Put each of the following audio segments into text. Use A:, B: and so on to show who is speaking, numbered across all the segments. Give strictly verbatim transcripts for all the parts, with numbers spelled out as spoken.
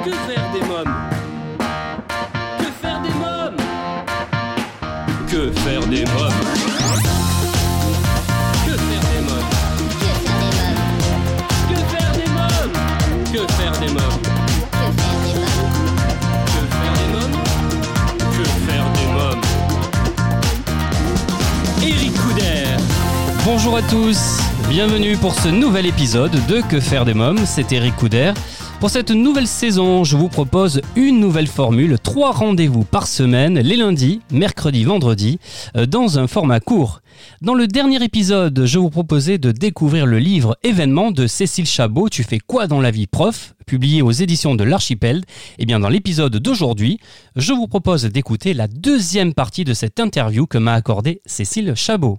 A: Que faire des mômes? Que faire des mômes? Que faire des mômes? Que faire des mômes? Que faire des mômes? Que faire des mômes? Que faire des mômes? Que faire des mômes? Éric Couder.
B: Bonjour à tous, bienvenue pour ce nouvel épisode de Que faire des mômes, c'est Éric Couder. Pour cette nouvelle saison, je vous propose une nouvelle formule, trois rendez-vous par semaine, les lundis, mercredis, vendredis, dans un format court. Dans le dernier épisode, je vous proposais de découvrir le livre Événement de Cécile Chabot, Tu fais quoi dans la vie, prof, publié aux éditions de l'Archipel. Et bien dans l'épisode d'aujourd'hui, je vous propose d'écouter la deuxième partie de cette interview que m'a accordée Cécile Chabot.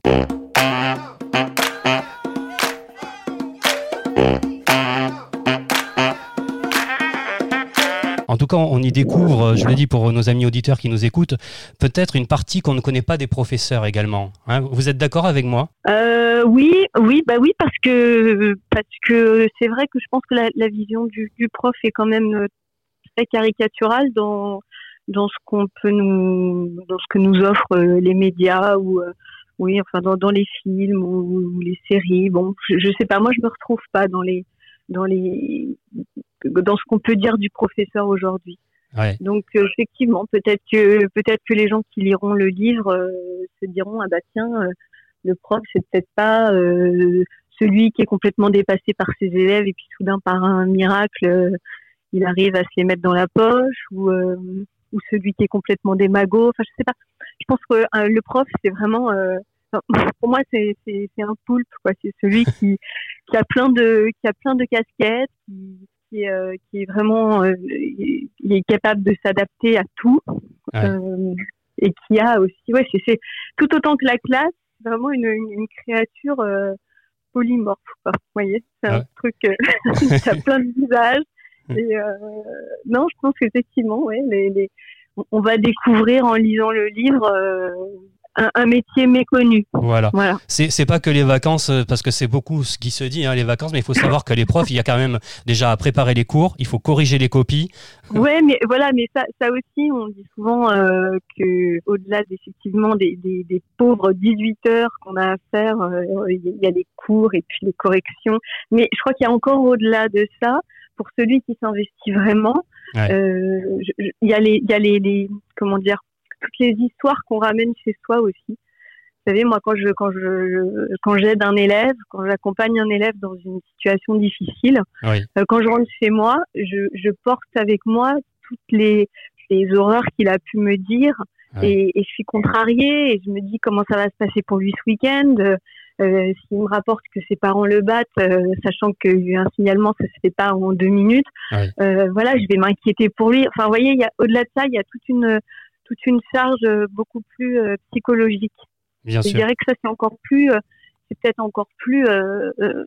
B: En tout cas, on y découvre, je le dis pour nos amis auditeurs qui nous écoutent, peut-être une partie qu'on ne connaît pas des professeurs également. Hein, vous êtes d'accord avec moi ?
C: euh, Oui, oui, bah oui, parce que parce que c'est vrai que je pense que la, la vision du, du prof est quand même très caricaturale dans dans ce qu'on peut nous dans ce que nous offrent les médias ou euh, oui, enfin dans dans les films ou, ou les séries. Bon, je, je sais pas, moi je me retrouve pas dans les dans les dans ce qu'on peut dire du professeur aujourd'hui.
B: Ouais.
C: Donc euh, effectivement, peut-être que peut-être que les gens qui liront le livre euh, se diront ah bah tiens, euh, le prof c'est peut-être pas euh, celui qui est complètement dépassé par ses élèves et puis soudain par un miracle euh, il arrive à se les mettre dans la poche ou euh, ou celui qui est complètement démago. Enfin je sais pas. Je pense que euh, le prof c'est vraiment euh, pour moi c'est c'est c'est un poulpe quoi. C'est celui qui qui a plein de qui a plein de casquettes, qui qui est, euh, qui est vraiment euh, il est capable de s'adapter à tout. Ouais. Euh, et qui a aussi ouais c'est c'est tout autant que la classe, c'est vraiment une une, une créature euh, polymorphe quoi. Vous voyez, c'est un ouais. truc euh, qui a plein de visages et euh, non, je pense qu'effectivement ouais les les on va découvrir en lisant le livre euh, Un, un métier méconnu.
B: Voilà. voilà. C'est, c'est pas que les vacances, parce que c'est beaucoup ce qui se dit, hein, les vacances, mais il faut savoir que les profs, il y a quand même déjà à préparer les cours, il faut corriger les copies.
C: Ouais, mais voilà, mais ça, ça aussi, on dit souvent euh, que au-delà effectivement des, des, des pauvres dix-huit heures qu'on a à faire, euh, il y a les cours et puis les corrections. Mais je crois qu'il y a encore au-delà de ça, pour celui qui s'investit vraiment, ouais. euh, je, je, il y a les, il y a les, les, comment dire, toutes les histoires qu'on ramène chez soi aussi. Vous savez, moi, quand je, quand je, quand j'aide un élève, quand j'accompagne un élève dans une situation difficile, oui. euh, quand je rentre chez moi, je, je porte avec moi toutes les, les horreurs qu'il a pu me dire, oui. et, et je suis contrariée, et je me dis comment ça va se passer pour lui ce week-end. Euh, s'il me rapporte que ses parents le battent, euh, sachant qu'il y a un signalement, ça se fait pas en deux minutes. Oui. Euh, voilà, je vais m'inquiéter pour lui. Enfin, vous voyez, il y a, au-delà de ça, il y a toute une, toute une charge beaucoup plus euh, psychologique.
B: Bien
C: je
B: sûr.
C: dirais que ça c'est encore plus, euh, c'est peut-être encore plus euh, euh,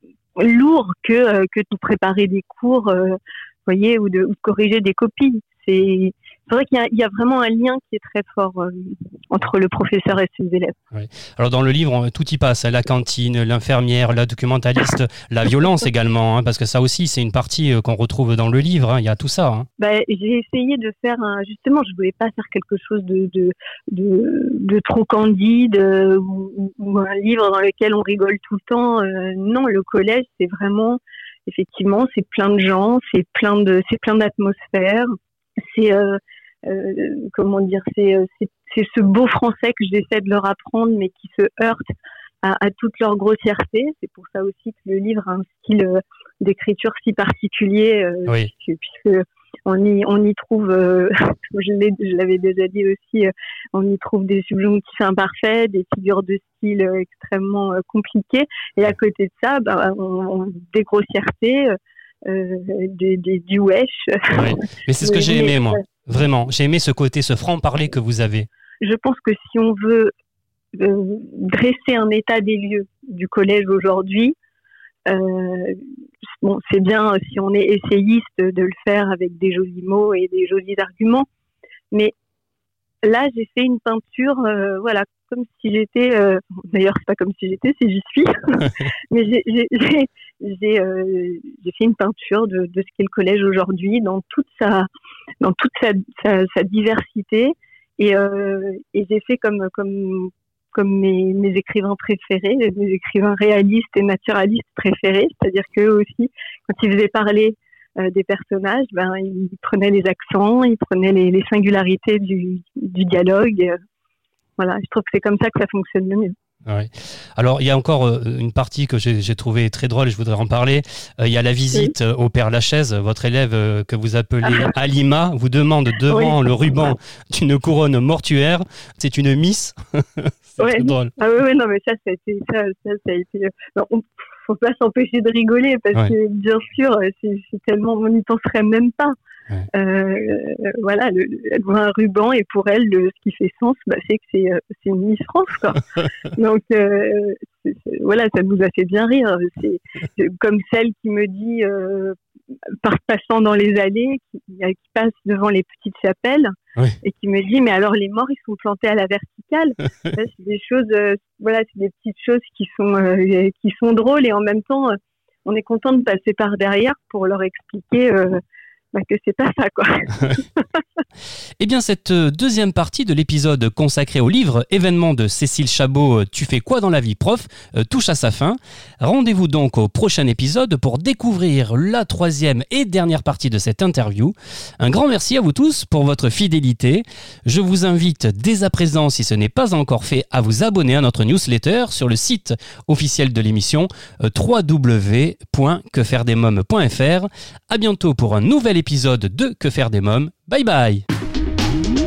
C: lourd que euh, que de préparer des cours, euh, voyez, ou de, ou de corriger des copies. C'est C'est vrai qu'il y a, il y a vraiment un lien qui est très fort euh, entre le professeur et ses élèves.
B: Oui. Alors dans le livre, tout y passe, la cantine, l'infirmière, la documentaliste, la violence également, hein, parce que ça aussi c'est une partie qu'on retrouve dans le livre, hein, il y a tout ça. Hein.
C: Bah, j'ai essayé de faire, un, justement, je ne voulais pas faire quelque chose de, de, de, de trop candide euh, ou, ou un livre dans lequel on rigole tout le temps. Euh, non, le collège c'est vraiment, effectivement, c'est plein de gens, c'est plein, de, c'est plein d'atmosphères. C'est euh, euh, comment dire, c'est, c'est c'est ce beau français que j'essaie de leur apprendre, mais qui se heurte à, à toute leur grossièreté. C'est pour ça aussi que le livre a un style euh, d'écriture si particulier, euh,
B: oui.
C: puisque, puisque on y on y trouve, euh, je, l'ai, je l'avais déjà dit aussi, euh, on y trouve des subjonctifs imparfaits, des figures de style euh, extrêmement euh, compliquées, et à côté de ça, bah, on, on, des grossièretés. Euh, Euh, des, des, du wesh.
B: Oui. Mais c'est ce que j'ai aimé, moi. Vraiment. J'ai aimé ce côté, ce franc-parler que vous avez.
C: Je pense que si on veut euh, dresser un état des lieux du collège aujourd'hui, euh, bon, c'est bien si on est essayiste de le faire avec des jolis mots et des jolis arguments. Mais là, j'ai fait une peinture, euh, voilà, comme si j'étais, euh, d'ailleurs, c'est pas comme si j'étais, si j'y suis, mais j'ai, j'ai, j'ai, j'ai, euh, j'ai fait une peinture de, de ce qu'est le collège aujourd'hui dans toute sa, dans toute sa, sa, sa diversité. Et, euh, et j'ai fait comme, comme, comme mes, mes écrivains préférés, mes écrivains réalistes et naturalistes préférés. C'est-à-dire qu'eux aussi, quand ils faisaient parler euh, des personnages, ben, ils prenaient les accents, ils prenaient les, les singularités du, du dialogue. Euh, voilà, je trouve que c'est comme ça que ça fonctionne le mieux.
B: Ouais. Alors, il y a encore euh, une partie que j'ai, j'ai trouvée très drôle et je voudrais en parler. Euh, il y a la visite oui. euh, au Père Lachaise. Votre élève euh, que vous appelez ah. Alima vous demande devant oui. le ruban d'une couronne mortuaire. C'est une miss. C'est
C: ouais.
B: très drôle.
C: Ah oui, oui, non, mais ça, ça a été... Ça, ça, ça a été... Non, on, faut pas s'empêcher de rigoler parce ouais. que, bien sûr, c'est, c'est tellement... On n'y penserait même pas. Ouais. Euh, voilà, le, elle voit un ruban et pour elle, le, ce qui fait sens, bah, c'est que c'est, c'est une Miss France, quoi. Donc, euh, c'est, c'est, voilà, ça nous a fait bien rire. C'est, c'est comme celle qui me dit, euh, par passant dans les allées, qui, qui passe devant les petites chapelles oui. et qui me dit, mais alors les morts, ils sont plantés à la verticale. Là, c'est des choses, euh, voilà, c'est des petites choses qui sont, euh, qui sont drôles et en même temps, euh, on est content de passer par derrière pour leur expliquer. Euh, Bah que c'est pas ça, quoi.
B: Eh bien, cette deuxième partie de l'épisode consacré au livre événement de Cécile Chabot, Tu fais quoi dans la vie, prof, touche à sa fin. Rendez-vous donc au prochain épisode pour découvrir la troisième et dernière partie de cette interview. Un grand merci à vous tous pour votre fidélité. Je vous invite dès à présent, si ce n'est pas encore fait, à vous abonner à notre newsletter sur le site officiel de l'émission w w w point que faire des mômes point f r. À bientôt pour un nouvel épisode de Que faire des mômes. Bye bye.